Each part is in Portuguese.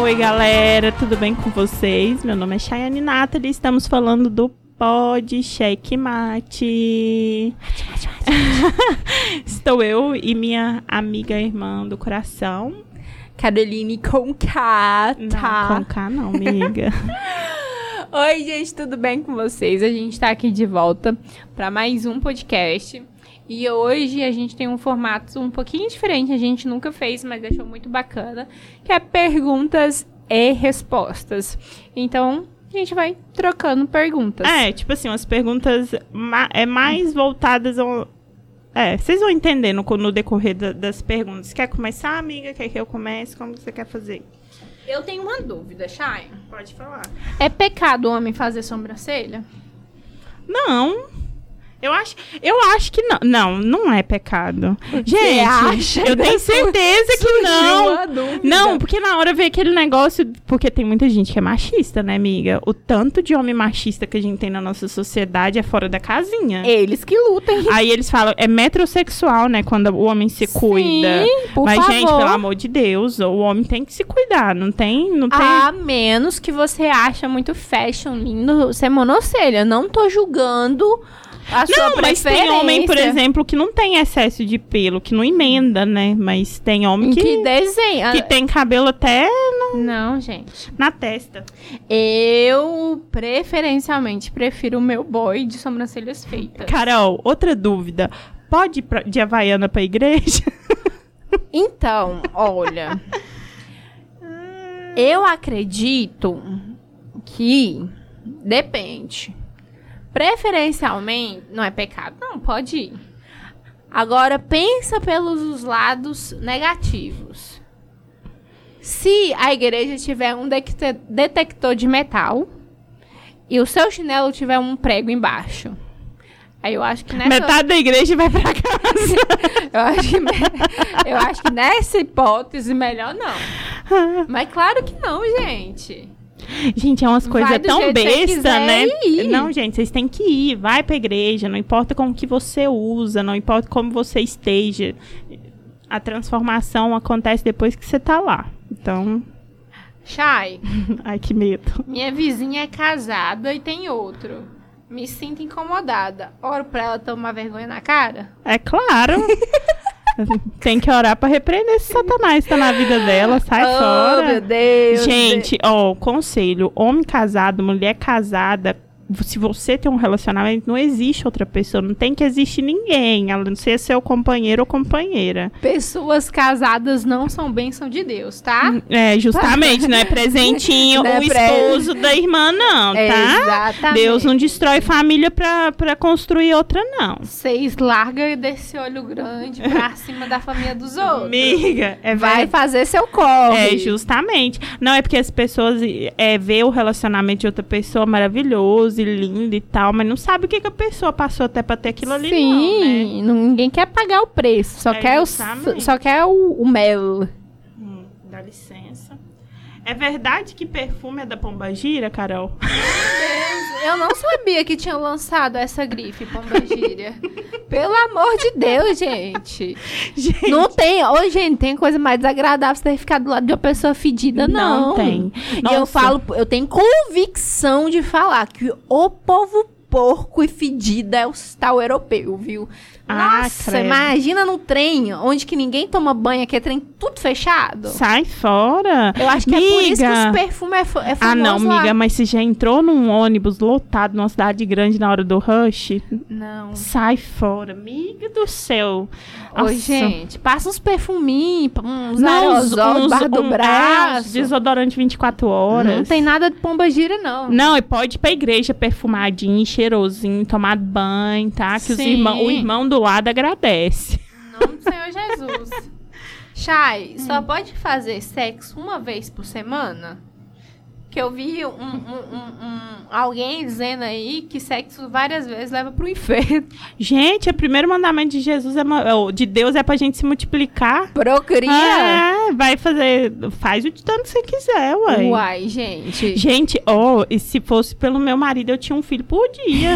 Oi, galera, tudo bem com vocês? Meu nome é Chayane Nathalie, estamos falando do Pod Checkmate. Estou eu e minha amiga irmã do coração, Caroline com K, tá? Não, com K não, amiga. Oi, gente, tudo bem com vocês? A gente tá aqui de volta para mais um podcast. E hoje a gente tem um formato um pouquinho diferente, a gente nunca fez, mas achou muito bacana, que é perguntas e respostas. Então, a gente vai trocando perguntas. Tipo assim, umas perguntas mais voltadas ao... vocês vão entender no decorrer das perguntas. Quer começar, amiga? Quer que eu comece? Como você quer fazer? Eu tenho uma dúvida, Chay. Pode falar. É pecado o homem fazer sobrancelha? Não. Eu acho que não. Não é pecado. Gente, eu tenho certeza que não. Não, porque na hora veio aquele negócio... Porque tem muita gente que é machista, né, amiga? O tanto de homem machista que a gente tem na nossa sociedade é fora da casinha. Eles que lutem. Aí eles falam, é metrosexual, né? Quando o homem se cuida. Por Mas, favor. gente, pelo amor de Deus, o homem tem que se cuidar. Não tem... A menos que você acha muito fashion, lindo, ser monocelha. Não tô julgando... Não, mas tem homem, por exemplo, que não tem excesso de pelo, que não emenda, né? Mas tem homem que desenha. Que tem cabelo até não, gente. Na testa. Eu, preferencialmente, prefiro o meu boy de sobrancelhas feitas. Carol, outra dúvida. Pode ir de Havaiana pra igreja? Então, olha... eu acredito que depende. Preferencialmente, não é pecado, não, pode ir. Agora, pensa pelos lados negativos. Se a igreja tiver um detector de metal e o seu chinelo tiver um prego embaixo, aí eu acho que metade da igreja vai pra casa. eu acho que nessa hipótese, melhor não. Mas claro que não, gente. Gente, é umas coisas tão besta, né? Ir. Não, gente, vocês têm que ir. Vai pra igreja. Não importa como que você usa. Não importa como você esteja. A transformação acontece depois que você tá lá. Então... Chay. Ai, que medo. Minha vizinha é casada e tem outro. Me sinto incomodada. Oro pra ela tomar vergonha na cara? É claro. Tem que orar pra repreender esse satanás que tá na vida dela. Sai fora. Oh, meu Deus. Gente, conselho. Homem casado, mulher casada. Se você tem um relacionamento, não existe outra pessoa. Não tem que existir ninguém. A não ser seu companheiro ou companheira. Pessoas casadas não são bênção de Deus, tá? Justamente. Não é presentinho o esposo da irmã, não, tá? Exatamente. Deus não destrói família pra construir outra, não. Vocês largam desse olho grande pra cima da família dos outros. Amiga, vai fazer seu corre. Justamente. Não, é porque as pessoas vê o relacionamento de outra pessoa maravilhoso e lindo e tal, mas não sabe o que a pessoa passou até pra ter aquilo ali, Sim, não, né? Ninguém quer pagar o preço, só quer o mel. Dá licença. É verdade que perfume é da Pombagira, Carol? Eu não sabia que tinha lançado essa grife, Pombagira. Pelo amor de Deus, gente. Não tem... gente, tem coisa mais desagradável você ter ficado do lado de uma pessoa fedida, não. Não tem. E eu tenho convicção de falar que o povo porco e fedido é o tal europeu, viu? Nossa, credo. Imagina no trem, onde que ninguém toma banho, que é trem tudo fechado. Sai fora. Eu acho que amiga. É por isso que os perfumes é famoso. Ah, não, amiga, lá. mas você já entrou num ônibus lotado numa cidade grande na hora do rush? Não. Sai fora, amiga do céu. Oi, gente, passa uns perfuminhos, uns aerosol debaixo do braço. Desodorante 24 horas. Não tem nada de Pombagira, não. Não, e pode ir pra igreja perfumadinho, cheirosinho, tomar banho, tá? Que o irmão do lado agradece. Em nome do Senhor Jesus. Chay, só pode fazer sexo uma vez por semana? Que eu vi alguém dizendo aí que sexo várias vezes leva pro inferno. Gente, o primeiro mandamento de Jesus de Deus é pra gente se multiplicar. Procria. Faz o tanto que você quiser, uai. Uai, gente. Gente, e se fosse pelo meu marido, eu tinha um filho por dia.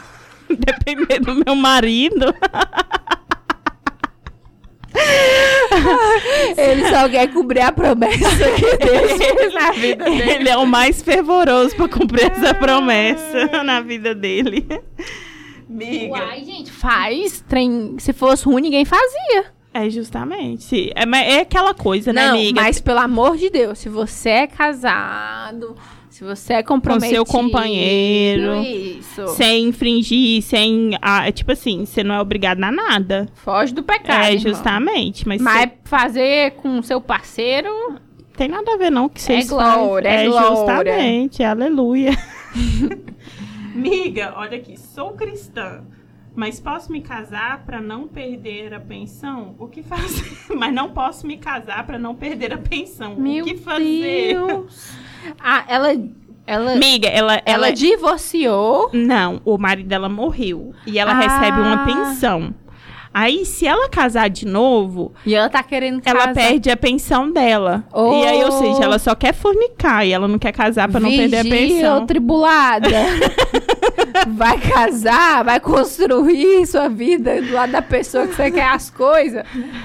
Dependendo do meu marido. Ele só quer cumprir a promessa que Deus fez na vida dele. Ele é o mais fervoroso pra cumprir essa promessa na vida dele. Miga. Uai, gente, faz. Trem, se fosse ruim, ninguém fazia. É justamente. É aquela coisa, né, não, amiga? Mas pelo amor de Deus, se você é casado, se você é comprometido... Com seu companheiro. Isso. Sem infringir, sem... tipo assim, você não é obrigado a nada. Foge do pecado, irmão. Justamente. Mas fazer com seu parceiro... Tem nada a ver, não, que vocês glória, fazem. É glória. Justamente, aleluia. Miga, olha aqui, sou cristã, mas posso me casar para não perder a pensão? O que fazer? Mas não posso me casar para não perder a pensão. Meu o que fazer? Deus. Ela Miga, ela divorciou. Não, o marido dela morreu e ela recebe uma pensão. Aí, se ela casar de novo... E ela tá querendo casar. Ela perde a pensão dela. E aí, ou seja, ela só quer fornicar e ela não quer casar pra não perder a pensão. Tribulada. Vai casar, vai construir sua vida do lado da pessoa que você quer as coisas.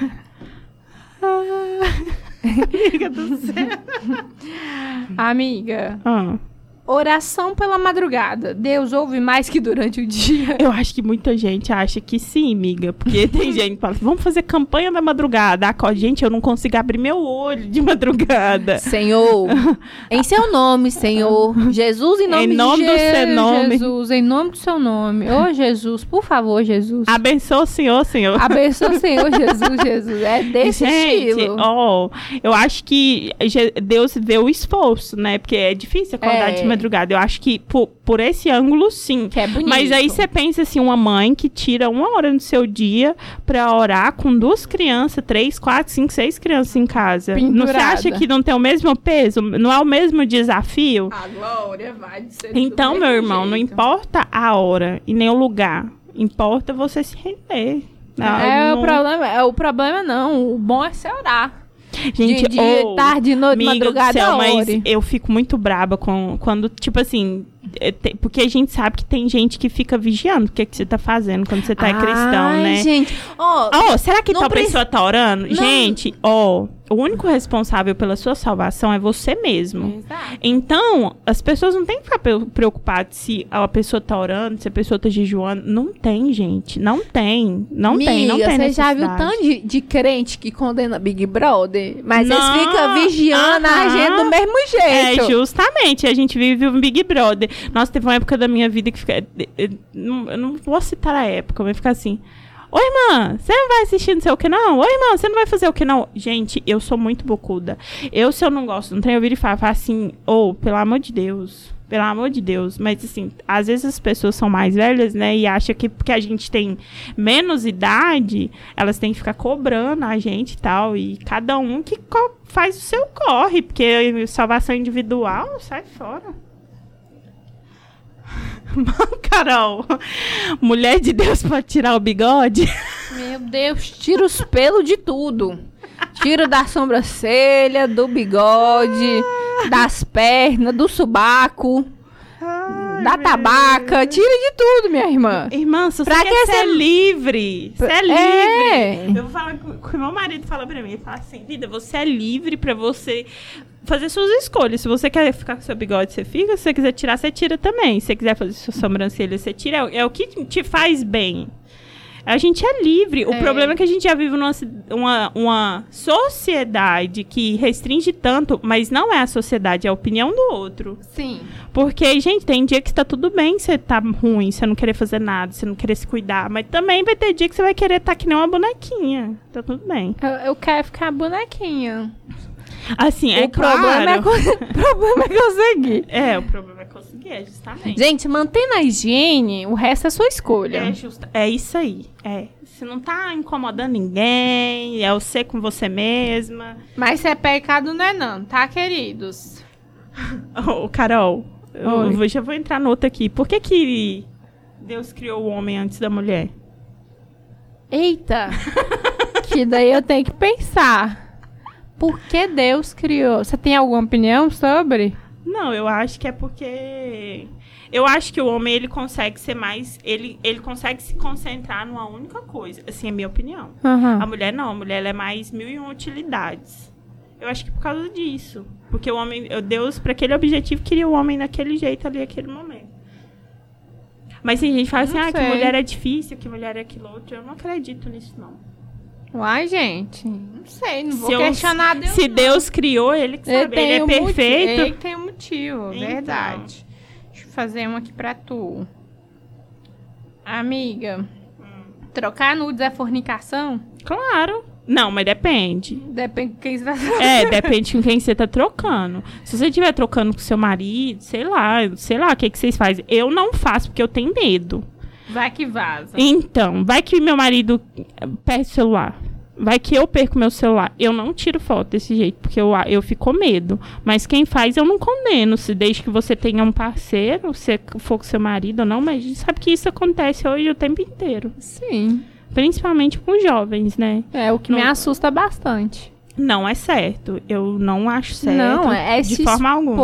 Amiga do céu. Amiga. Oração pela madrugada. Deus ouve mais que durante o dia. Eu acho que muita gente acha que sim, amiga. Porque tem gente que fala, vamos fazer campanha da madrugada. Gente, eu não consigo abrir meu olho de madrugada. Senhor, em seu nome, Senhor. Jesus, em nome do seu nome. Jesus, em nome do seu nome. Ô, Jesus, por favor, Jesus. Abençoa o Senhor, Senhor. Abençoa o Senhor, Jesus. É desse estilo. Eu acho que Deus vê o esforço, né? Porque é difícil acordar de madrugada. Eu acho que por esse ângulo, sim. Que é bonito. Mas aí você pensa assim, uma mãe que tira 1 hora do seu dia pra orar com 2 crianças, 3, 4, 5, 6 crianças em casa. Não, você acha que não tem o mesmo peso? Não é o mesmo desafio? A glória vai de ser Então, meu irmão, jeito. Não importa a hora e nem o lugar. Importa você se render. O problema não. O bom é você orar. Gente, de tarde, noite, madrugada, céu, mas eu fico muito braba quando, tipo assim, porque a gente sabe que tem gente que fica vigiando o que você tá fazendo quando você tá cristão, né? Gente, será que tal pessoa tá orando? Não. Gente, o único responsável pela sua salvação é você mesmo. Exato. Então, as pessoas não têm que ficar preocupadas se a pessoa tá orando, se a pessoa tá jejuando. Não tem, gente. Não tem. Não tem você já viu tanto de crente que condena Big Brother? Mas eles ficam vigiando a agenda do mesmo jeito. Justamente. A gente vive um Big Brother. Nossa, teve uma época da minha vida que fica... Eu não vou citar a época, mas fica assim... Oi, irmã, você não vai assistir não sei o que, não? Oi, irmã, você não vai fazer o que, não? Gente, eu sou muito bocuda. Se eu não gosto, não tenho ouvido e falar assim, pelo amor de Deus. Pelo amor de Deus. Mas, assim, às vezes as pessoas são mais velhas, né? E acham que porque a gente tem menos idade, elas têm que ficar cobrando a gente e tal. E cada um que faz o seu corre. Porque salvação individual, sai fora. Carol, mulher de Deus pode tirar o bigode? Meu Deus, tira os pelos de tudo. Tira da sobrancelha, do bigode, das pernas, do sobaco, da tabaca. Tira de tudo, minha irmã. Irmã, se você quer ser livre, você é livre. Eu vou falar que o meu marido fala pra mim, ele fala assim, vida, você é livre pra você fazer suas escolhas. Se você quer ficar com seu bigode, você fica. Se você quiser tirar, você tira também. Se você quiser fazer sua sobrancelha, você tira. É o que te faz bem. A gente é livre. O problema é que a gente já vive uma sociedade que restringe tanto, mas não é a sociedade, é a opinião do outro. Sim. Porque, gente, tem dia que está tudo bem você tá ruim, você não querer fazer nada, você não querer se cuidar, mas também vai ter dia que você vai querer estar que nem uma bonequinha. Tá tudo bem. Eu quero ficar bonequinha. Assim, o problema é conseguir. O problema é conseguir, justamente. Gente, mantendo a higiene, o resto é sua escolha. É isso aí. Se não tá incomodando ninguém, é você com você mesma. Mas se é pecado, não é não, tá, queridos? Carol, eu já vou entrar no outro aqui. Por que Deus criou o homem antes da mulher? Eita! Que daí eu tenho que pensar. Por que Deus criou? Você tem alguma opinião sobre? Não, eu acho que é porque... Eu acho que o homem, ele consegue ser mais... Ele consegue se concentrar numa única coisa. Assim, é a minha opinião. Uhum. A mulher não. A mulher, ela é mais 1001 utilidades. Eu acho que por causa disso. Porque o homem... Deus, para aquele objetivo, queria o homem daquele jeito ali, naquele momento. Mas tem gente que fala assim, que mulher é difícil, que mulher é aquilo outro. Eu não acredito nisso, não. Uai, gente, não sei, não vou questionar Deus. Se Deus criou, ele que sabe, ele é perfeito. Ele tem um motivo, então. Verdade. Deixa eu fazer um aqui pra tu. Amiga, trocar nudes é fornicação? Claro. Não, mas depende. Depende de quem você tá trocando. Depende com quem você tá trocando. Se você estiver trocando com seu marido, sei lá, o que vocês fazem. Eu não faço, porque eu tenho medo. Vai que vaza. Então, vai que meu marido perde o celular. Vai que eu perco meu celular. Eu não tiro foto desse jeito, porque eu fico com medo. Mas quem faz, eu não condeno. Desde que você tenha um parceiro, se for com seu marido ou não. Mas a gente sabe que isso acontece hoje o tempo inteiro. Sim. Principalmente com jovens, né? É, o que me assusta bastante. Não é certo. Eu não acho certo. Não, é de forma alguma.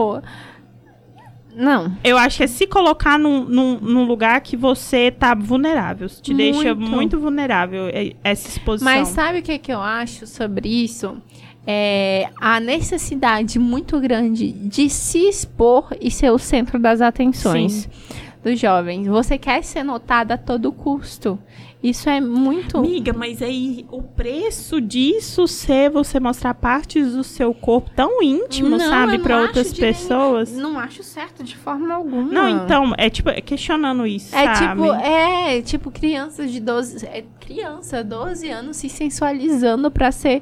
Não. Eu acho que é se colocar num lugar que você tá vulnerável. Te deixa muito vulnerável essa exposição. Mas sabe o que eu acho sobre isso? É a necessidade muito grande de se expor e ser o centro das atenções dos jovens. Você quer ser notada a todo custo. Isso é muito... Amiga, mas aí o preço disso ser você mostrar partes do seu corpo tão íntimo, sabe? Para outras pessoas. Não acho certo de forma alguma. Não, então, é tipo, questionando isso, sabe? Tipo crianças de 12... criança, 12 anos se sensualizando para ser...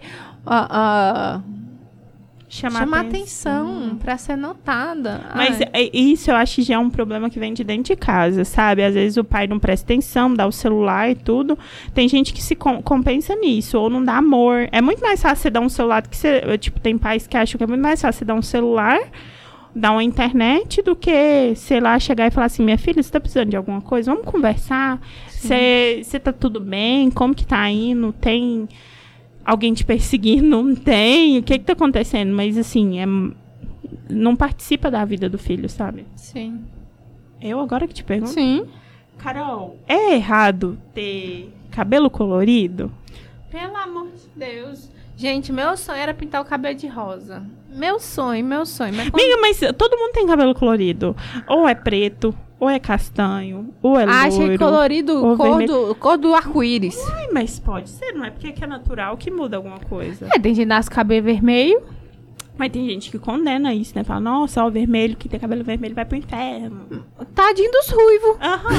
Chamar atenção pra ser notada. Mas isso eu acho que já é um problema que vem de dentro de casa, sabe? Às vezes o pai não presta atenção, dá o celular e tudo. Tem gente que se compensa nisso, ou não dá amor. É muito mais fácil você dar um celular do que você... Tipo, tem pais que acham que é muito mais fácil você dar um celular, dar uma internet, do que, sei lá, chegar e falar assim, minha filha, você tá precisando de alguma coisa? Vamos conversar? Você tá tudo bem? Como que tá indo? Tem... alguém te perseguindo? Não tem? O que tá acontecendo? Mas, assim, não participa da vida do filho, sabe? Sim. Eu agora que te pergunto? Sim. Carol, é errado ter cabelo colorido? Pelo amor de Deus. Gente, meu sonho era pintar o cabelo de rosa. Meu sonho. Mas Amiga, mas todo mundo tem cabelo colorido. Ou é preto, ou é castanho, ou é loiro. Achei colorido, cor do arco-íris. Ai, mas pode ser, não é porque é natural que muda alguma coisa. Tem gente que nasce cabelo vermelho. Mas tem gente que condena isso, né? Fala, nossa, o vermelho, que tem cabelo vermelho vai pro inferno. Tadinho dos ruivos.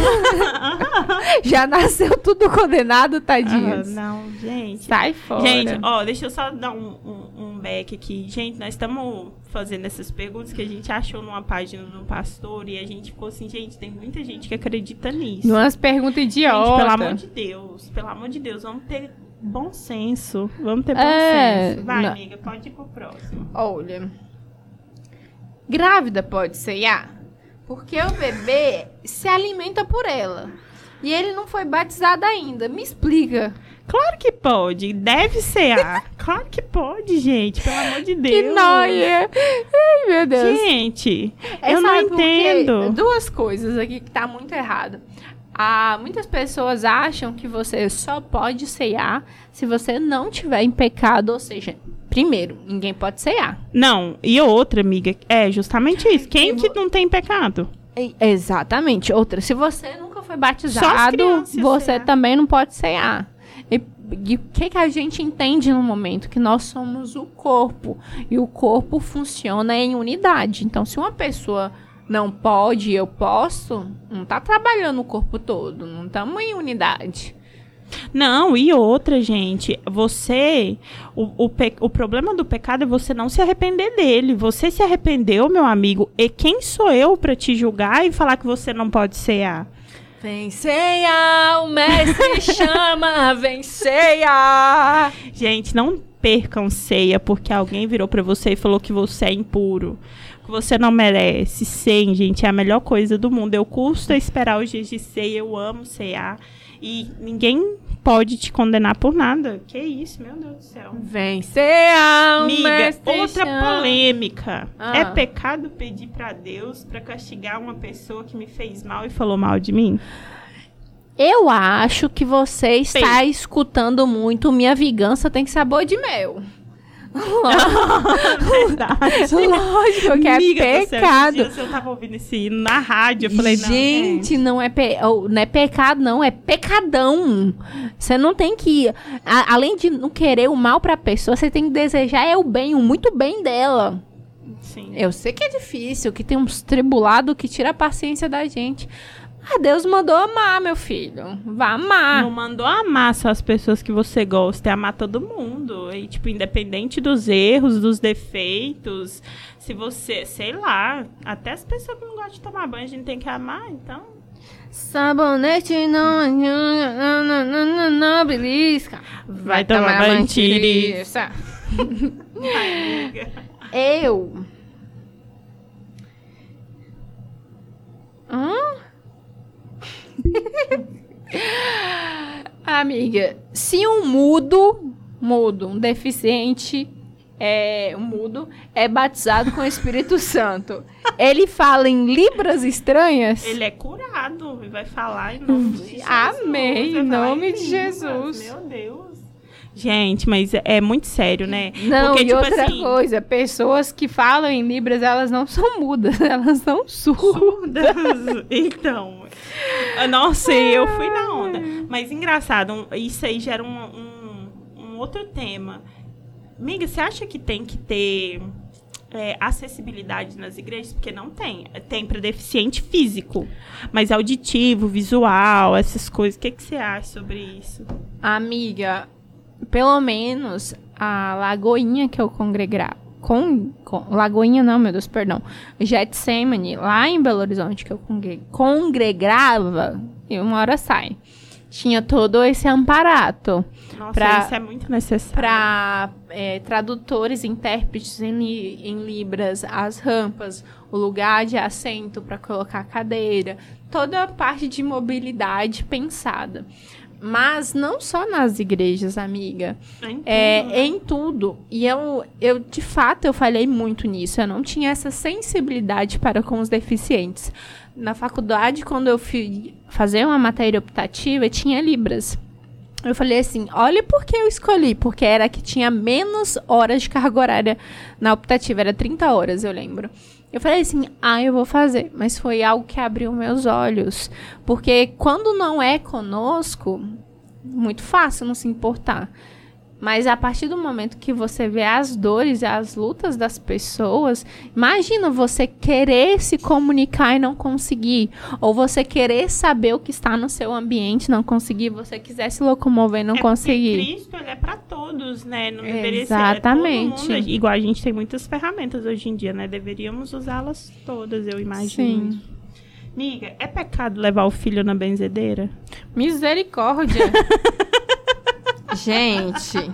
Já nasceu tudo condenado, tadinhos. Não, gente. Sai fora. Gente, deixa eu só dar um back aqui. Gente, nós estamos fazendo essas perguntas que a gente achou numa página do pastor e a gente ficou assim, gente, tem muita gente que acredita nisso. Umas perguntas idiotas. Gente, pelo amor de Deus, vamos ter bom senso. Senso. Vai, amiga, pode ir pro próximo. Olha, grávida pode ceiar? Porque o bebê se alimenta por ela. E ele não foi batizado ainda. Me explica. Claro que pode. Deve cear. Claro que pode, gente. Pelo amor de Deus. Que nóia. Ai, meu Deus. Gente, eu não entendo. Duas coisas aqui que tá muito errado. Muitas pessoas acham que você só pode ceiar se você não tiver em pecado, ou seja, primeiro, ninguém pode ceiar. Não, e outra, amiga, é justamente isso. Quem que não tem pecado? Exatamente. Outra, se você nunca foi batizado, você também não pode ceiar. E o que a gente entende no momento? Que nós somos o corpo. E o corpo funciona em unidade. Então, se uma pessoa não pode e eu posso, não tá trabalhando o corpo todo. Não estamos em unidade. Não, e outra, gente, o problema do pecado é você não se arrepender dele. Você se arrependeu, meu amigo, e quem sou eu pra te julgar e falar que você não pode cear? Vem ceia, o mestre chama, vem ceia. Gente, não percam ceia porque alguém virou pra você e falou que você é impuro, que você não merece. Ceia, gente, é a melhor coisa do mundo. Eu custo esperar os dias de ceia, eu amo ceiar. E ninguém pode te condenar por nada. Que isso, meu Deus do céu. Vencer a Amiga, outra polêmica. É pecado pedir pra Deus pra castigar uma pessoa que me fez mal e falou mal de mim? Eu acho que você está escutando muito Minha Vingança Tem Sabor de Mel. Lógico que Amiga, é pecado. Eu tava ouvindo esse hino na rádio. Eu falei, gente, não é pecado, não. É pecadão. Você não tem que... além de não querer o mal pra pessoa, você tem que desejar o bem, o muito bem dela. Sim. Eu sei que é difícil, que tem uns tribulados que tira a paciência da gente. Deus mandou amar, meu filho. Vá amar. Não mandou amar só as pessoas que você gosta, é amar todo mundo. E, tipo, independente dos erros, dos defeitos, se você, sei lá, até as pessoas que não gostam de tomar banho, a gente tem que amar, então. Sabonete não belisca. Vai tomar banho, tiriça. Amiga, se um mudo, um deficiente, um mudo, é batizado com o Espírito Santo, ele fala em libras estranhas? Ele é curado e vai falar em nome de Jesus. Amém, em nome de Jesus. Meu Deus. Gente, mas é muito sério, né? Não, porque, e tipo outra assim, coisa, pessoas que falam em libras, elas não são mudas, elas são surdas. Então, nossa, eu fui na onda. Mas engraçado, isso aí gera um outro tema. Amiga, você acha que tem que ter acessibilidade nas igrejas? Porque não tem. Tem para deficiente físico, mas auditivo, visual, essas coisas. O que você acha sobre isso? Amiga, pelo menos a Lagoinha que eu congregava, Lagoinha não, meu Deus, perdão, Getsemane, lá em Belo Horizonte, que eu congregava, e uma hora sai, tinha todo esse amparato. Nossa, isso é muito necessário. Para tradutores, intérpretes em libras, as rampas, o lugar de assento para colocar a cadeira, toda a parte de mobilidade pensada. Mas não só nas igrejas, amiga. Em tudo. E eu, de fato, eu falhei muito nisso. Eu não tinha essa sensibilidade para com os deficientes. Na faculdade, quando eu fui fazer uma matéria optativa, tinha libras. Eu falei assim, olha por que eu escolhi. Porque era que tinha menos horas de carga horária na optativa. Era 30 horas, eu lembro. Eu falei assim, eu vou fazer. Mas foi algo que abriu meus olhos. Porque quando não é conosco, muito fácil não se importar. Mas a partir do momento que você vê as dores e as lutas das pessoas, imagina você querer se comunicar e não conseguir. Ou você querer saber o que está no seu ambiente, não conseguir. Você quiser se locomover e não conseguir. Cristo, ele é para todos, né? Não deveria Exatamente. ser todo mundo. Igual a gente tem muitas ferramentas hoje em dia, né? Deveríamos usá-las todas, eu imagino. Sim. Amiga, é pecado levar o filho na benzedeira? Misericórdia. Gente,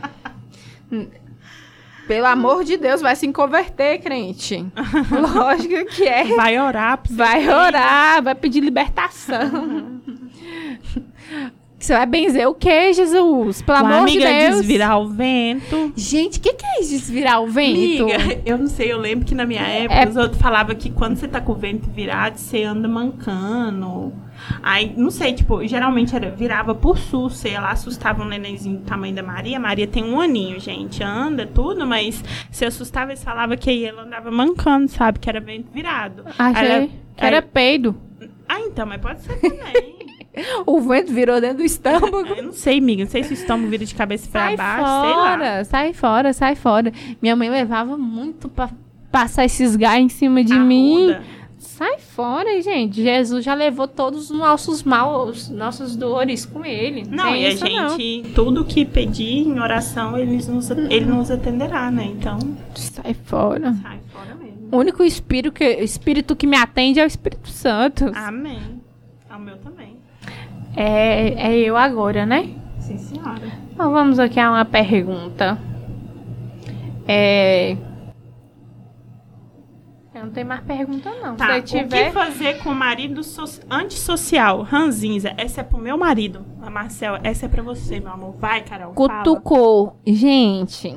pelo amor de Deus, vai se converter, crente. Lógico que é. Vai orar. Vai orar, vai pedir libertação. Você vai benzer o quê, Jesus? Pelo amor de Deus. Desvirar o vento. Gente, o que é isso, desvirar o vento? Amiga, eu não sei, eu lembro que na minha época os outros falavam que quando você tá com o vento virado, você anda mancando. Aí, não sei, tipo, geralmente virava por susto, sei lá, assustava um nenenzinho do tamanho da Maria. Maria tem 1 aninho, gente, anda tudo, mas se assustava, eles falavam que ela andava mancando, sabe, que era vento virado. Achei que era peido. Então, mas pode ser também. O vento virou dentro do estômago. Eu não sei, amiga. Não sei se o estômago vira de cabeça pra baixo, sei lá. Sai fora. Minha mãe levava muito pra passar esses gás em cima de mim. Sai fora, gente. Jesus já levou todos os nossos maus, nossas dores com ele. Não, e a gente, tudo que pedir em oração, ele nos atenderá, né? Então, sai fora. Sai fora mesmo. O único espírito que me atende é o Espírito Santo. Amém. É o meu também. É eu agora, né? Sim, senhora. Então, vamos aqui a uma pergunta. Eu não tenho mais pergunta, não. Tá, Se tiver... o que fazer com o marido antissocial, ranzinza? Essa é pro meu marido. A Marcel, essa é pra você, meu amor. Vai, Carol, Cutucou. Fala. Gente...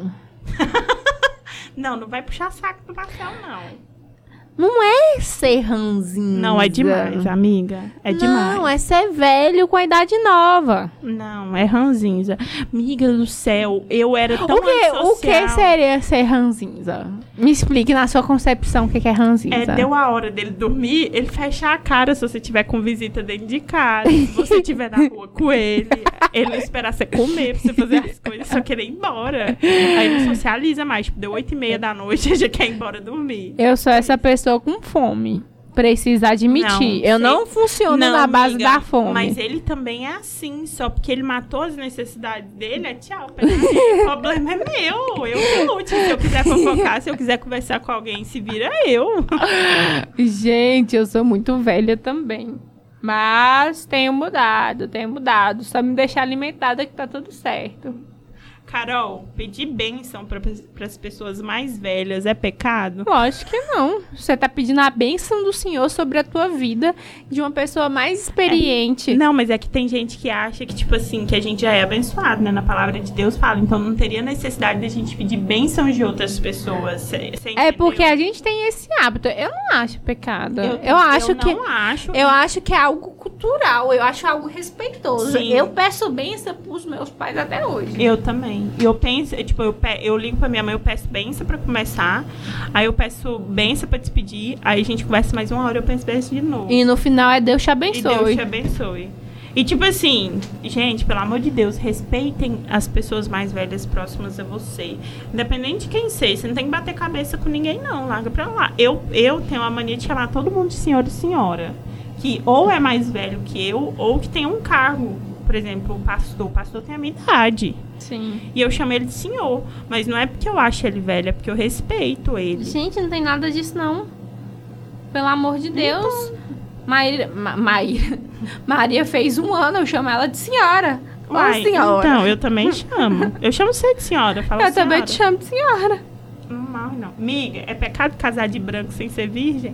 Não vai puxar saco do Marcel, não. Não é ser ranzinza. Não, é demais, amiga. É demais. Não, é ser velho com a idade nova. Não, é ranzinza. Amiga do céu, eu era tão antissocial. O que seria ser ranzinza? Me explique na sua concepção o que é ranzinza. Deu a hora dele dormir, ele fechar a cara se você tiver com visita dentro de casa, se você estiver na rua com ele não esperar você comer pra você fazer as coisas, só querer ir embora. Aí ele não socializa mais, tipo, deu 8h30 da noite, ele já quer ir embora dormir. Eu sou essa pessoa com fome. Preciso admitir. Eu não funciono na base da fome. Mas ele também é assim. Só porque ele matou as necessidades dele, tchau. O problema é meu. Eu que lute. Se eu quiser fofocar, se eu quiser conversar com alguém, se vira eu. Gente, eu sou muito velha também. Mas tenho mudado. Só me deixar alimentada que tá tudo certo. Carol, pedir bênção para as pessoas mais velhas é pecado? Lógico que não. Você tá pedindo a bênção do Senhor sobre a tua vida de uma pessoa mais experiente. Não, mas é que tem gente que acha que, tipo assim, que a gente já é abençoado, né? Na palavra de Deus fala. Então não teria necessidade de a gente pedir bênção de outras pessoas. Você é porque a gente tem esse hábito. Eu não acho pecado. Eu acho que é algo cultural. Eu acho algo respeitoso. Sim. Eu peço bênção pros meus pais até hoje. Eu também. E eu penso, tipo, eu ligo pra minha mãe, eu peço bênção pra começar, aí eu peço bênção pra despedir, aí a gente conversa mais 1 hora, eu peço bênção de novo. E no final é Deus te abençoe. E Deus te abençoe. E tipo assim, gente, pelo amor de Deus, respeitem as pessoas mais velhas próximas a você. Independente de quem seja, você não tem que bater cabeça com ninguém não, larga pra lá. Eu tenho a mania de chamar todo mundo de senhor e senhora, que ou é mais velho que eu, ou que tem um cargo. Por exemplo, o pastor tem a minha idade. Sim. E eu chamo ele de senhor. Mas não é porque eu acho ele velho, é porque eu respeito ele. Gente, não tem nada disso, não. Pelo amor de Deus. Então... Maria fez 1 ano, eu chamo ela de senhora. Uai, senhora. Então, eu também chamo. Eu chamo você de senhora. Eu senhora. Também te chamo de senhora. Não. Amiga, é pecado casar de branco sem ser virgem?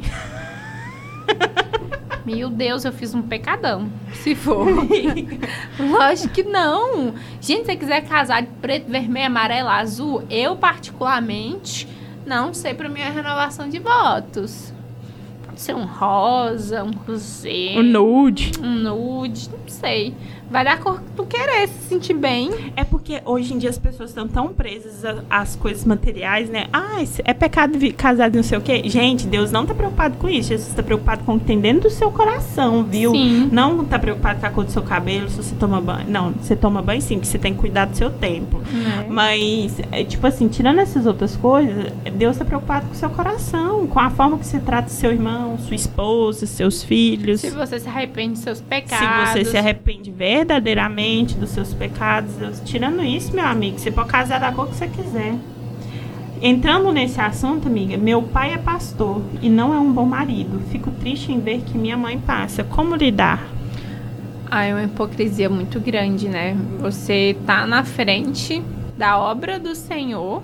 Meu Deus, eu fiz um pecadão. Se for. Lógico que não. Gente, se você quiser casar de preto, vermelho, amarelo, azul, eu particularmente não sei pra minha renovação de votos. Pode ser um rosa, um rosé. Um nude. Não sei. Vai dar cor que tu querer se sentir bem. É porque hoje em dia as pessoas estão tão presas às coisas materiais, né? É pecado casar de não sei o quê. Gente, Deus não tá preocupado com isso. Jesus tá preocupado com o que tem dentro do seu coração, viu? Sim. Não tá preocupado com a cor do seu cabelo, se você toma banho. Não, você toma banho sim, porque você tem que cuidar do seu tempo. Mas, tipo assim, tirando essas outras coisas, Deus tá preocupado com o seu coração, com a forma que você trata seu irmão, sua esposa, seus filhos. Se você se arrepende dos seus pecados. Se você se arrepende verdadeiramente dos seus pecados, Deus, tirando isso, meu amigo, você pode casar da cor que você quiser. Entrando nesse assunto, amiga, meu pai é pastor e não é um bom marido. Fico triste em ver que minha mãe passa. Como lidar? É uma hipocrisia muito grande, né? Você tá na frente da obra do Senhor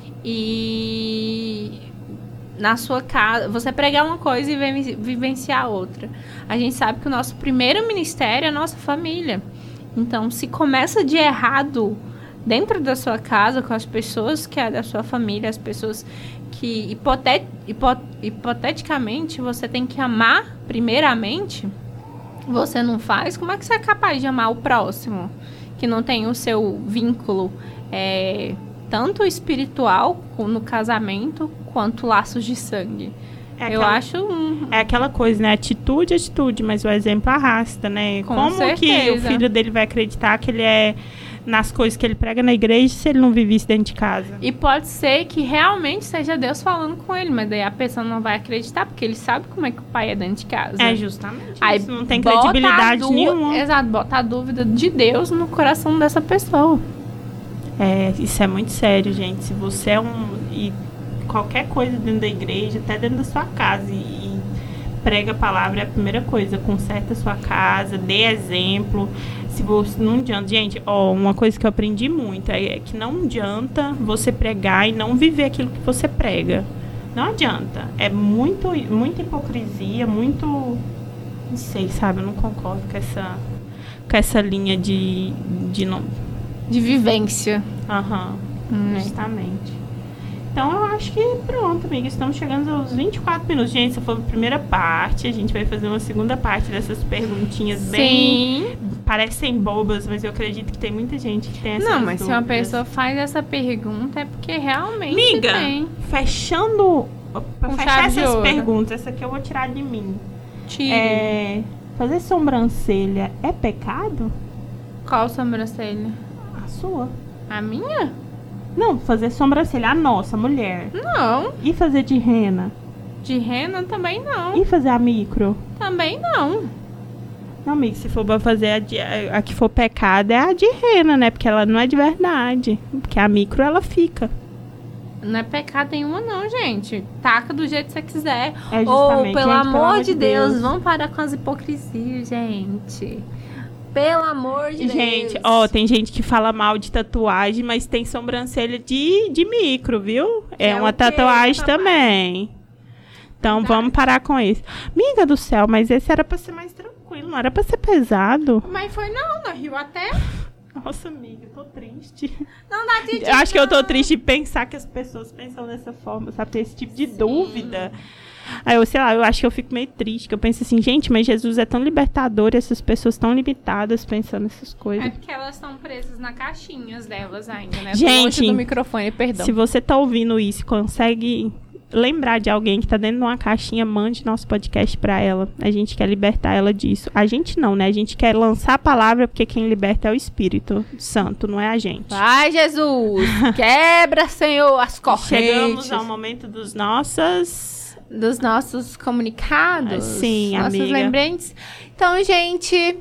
e na sua casa, você pregar uma coisa e vivenciar outra. A gente sabe que o nosso primeiro ministério é a nossa família. Então, se começa de errado dentro da sua casa, com as pessoas que é da sua família, as pessoas que hipoteticamente você tem que amar primeiramente, você não faz, como é que você é capaz de amar o próximo? Que não tem o seu vínculo tanto espiritual no casamento, quanto laços de sangue. Eu acho... É aquela coisa, né? Atitude, mas o exemplo arrasta, né? Como certeza. Que o filho dele vai acreditar que ele é nas coisas que ele prega na igreja se ele não vive isso dentro de casa? E pode ser que realmente seja Deus falando com ele, mas daí a pessoa não vai acreditar, porque ele sabe como é que o pai é dentro de casa. É justamente aí isso, não tem credibilidade nenhuma. Exato, bota a dúvida de Deus no coração dessa pessoa. Isso é muito sério, gente. Se você é e qualquer coisa dentro da igreja, até dentro da sua casa, e prega a palavra, é a primeira coisa. Conserta a sua casa, dê exemplo. Se você não adianta, gente, uma coisa que eu aprendi muito é que não adianta você pregar e não viver aquilo que você prega. Não adianta. É muita hipocrisia, muito... Não sei, sabe? Eu não concordo com essa linha de vivência. Aham, justamente. Então, eu acho que pronto, amiga. Estamos chegando aos 24 minutos. Gente, essa foi a primeira parte. A gente vai fazer uma segunda parte dessas perguntinhas bem... Parecem bobas, mas eu acredito que tem muita gente que tem essas dúvidas. Não, mas se uma pessoa faz essa pergunta, é porque realmente amiga, tem. Fechando... Pra fechar essas perguntas, essa aqui eu vou tirar de mim. Tire. Fazer sobrancelha é pecado? Qual sobrancelha? A sua. A minha? Não, fazer sobrancelha, a nossa, mulher. Não. E fazer de rena? De rena também não. E fazer a micro? Também não. Não, amiga, se for pra fazer a que for pecado, é a de rena, né? Porque ela não é de verdade. Porque a micro, ela fica. Não é pecado nenhuma não, gente. Taca do jeito que você quiser. Ou, pelo amor de Deus, vamos parar com as hipocrisias, gente. Pelo amor de Deus. Gente, tem gente que fala mal de tatuagem, mas tem sobrancelha de micro, viu? É uma tatuagem também. Então, vamos parar com isso. Amiga do céu, mas esse era pra ser mais tranquilo, não era pra ser pesado. Mas foi não riu até. Nossa, amiga, eu tô triste. Não dá de Eu acho que eu tô triste de pensar que as pessoas pensam dessa forma, sabe? Ter esse tipo de dúvida. Aí eu, sei lá, eu acho que eu fico meio triste, que eu penso assim, gente, mas Jesus é tão libertador e essas pessoas tão limitadas pensando nessas coisas. É porque elas estão presas na caixinhas delas ainda, né? Gente, do microfone, perdão. Se você tá ouvindo isso e consegue lembrar de alguém que tá dentro de uma caixinha, mande nosso podcast pra ela. A gente quer libertar ela disso. A gente não, né? A gente quer lançar a palavra, porque quem liberta é o Espírito Santo, não é a gente. Vai, Jesus! Quebra, Senhor, as correntes. Chegamos ao momento dos nossos comunicados. Sim, nossos amiga. lembrantes. Então, gente,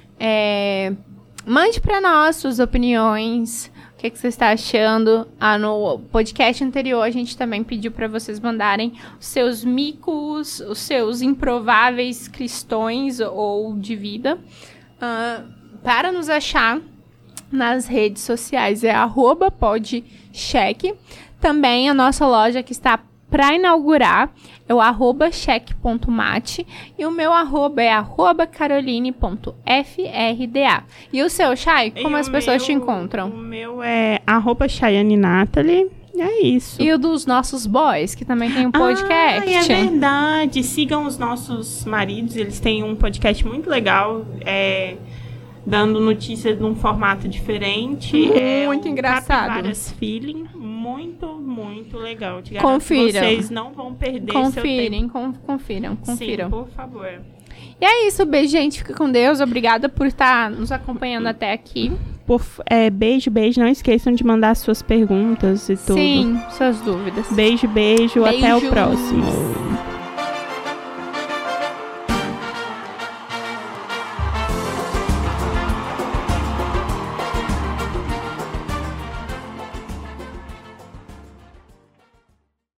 mande pra nós suas opiniões. O que você está achando? No podcast anterior, a gente também pediu para vocês mandarem os seus micos, os seus improváveis cristões ou de vida. Para nos achar nas redes sociais é @podcheck. Também a nossa loja que está para inaugurar é o @check.mate e o meu @ é @caroline.frda. E o seu, Chay, como as pessoas te encontram? O meu é @ChayaneNathalie. É isso. E o dos nossos boys, que também tem um podcast. É verdade. Sigam os nossos maridos, eles têm um podcast muito legal, dando notícias num formato diferente. Muito engraçado. Capivaras Feeling. Muito, muito legal. Confiram. Vocês não vão perder seu tempo. Confiram. Sim, por favor. E é isso, beijo, gente. Fica com Deus. Obrigada por estar nos acompanhando até aqui. Beijo. Não esqueçam de mandar suas perguntas e tudo. Sim, suas dúvidas. Beijo. Até o próximo.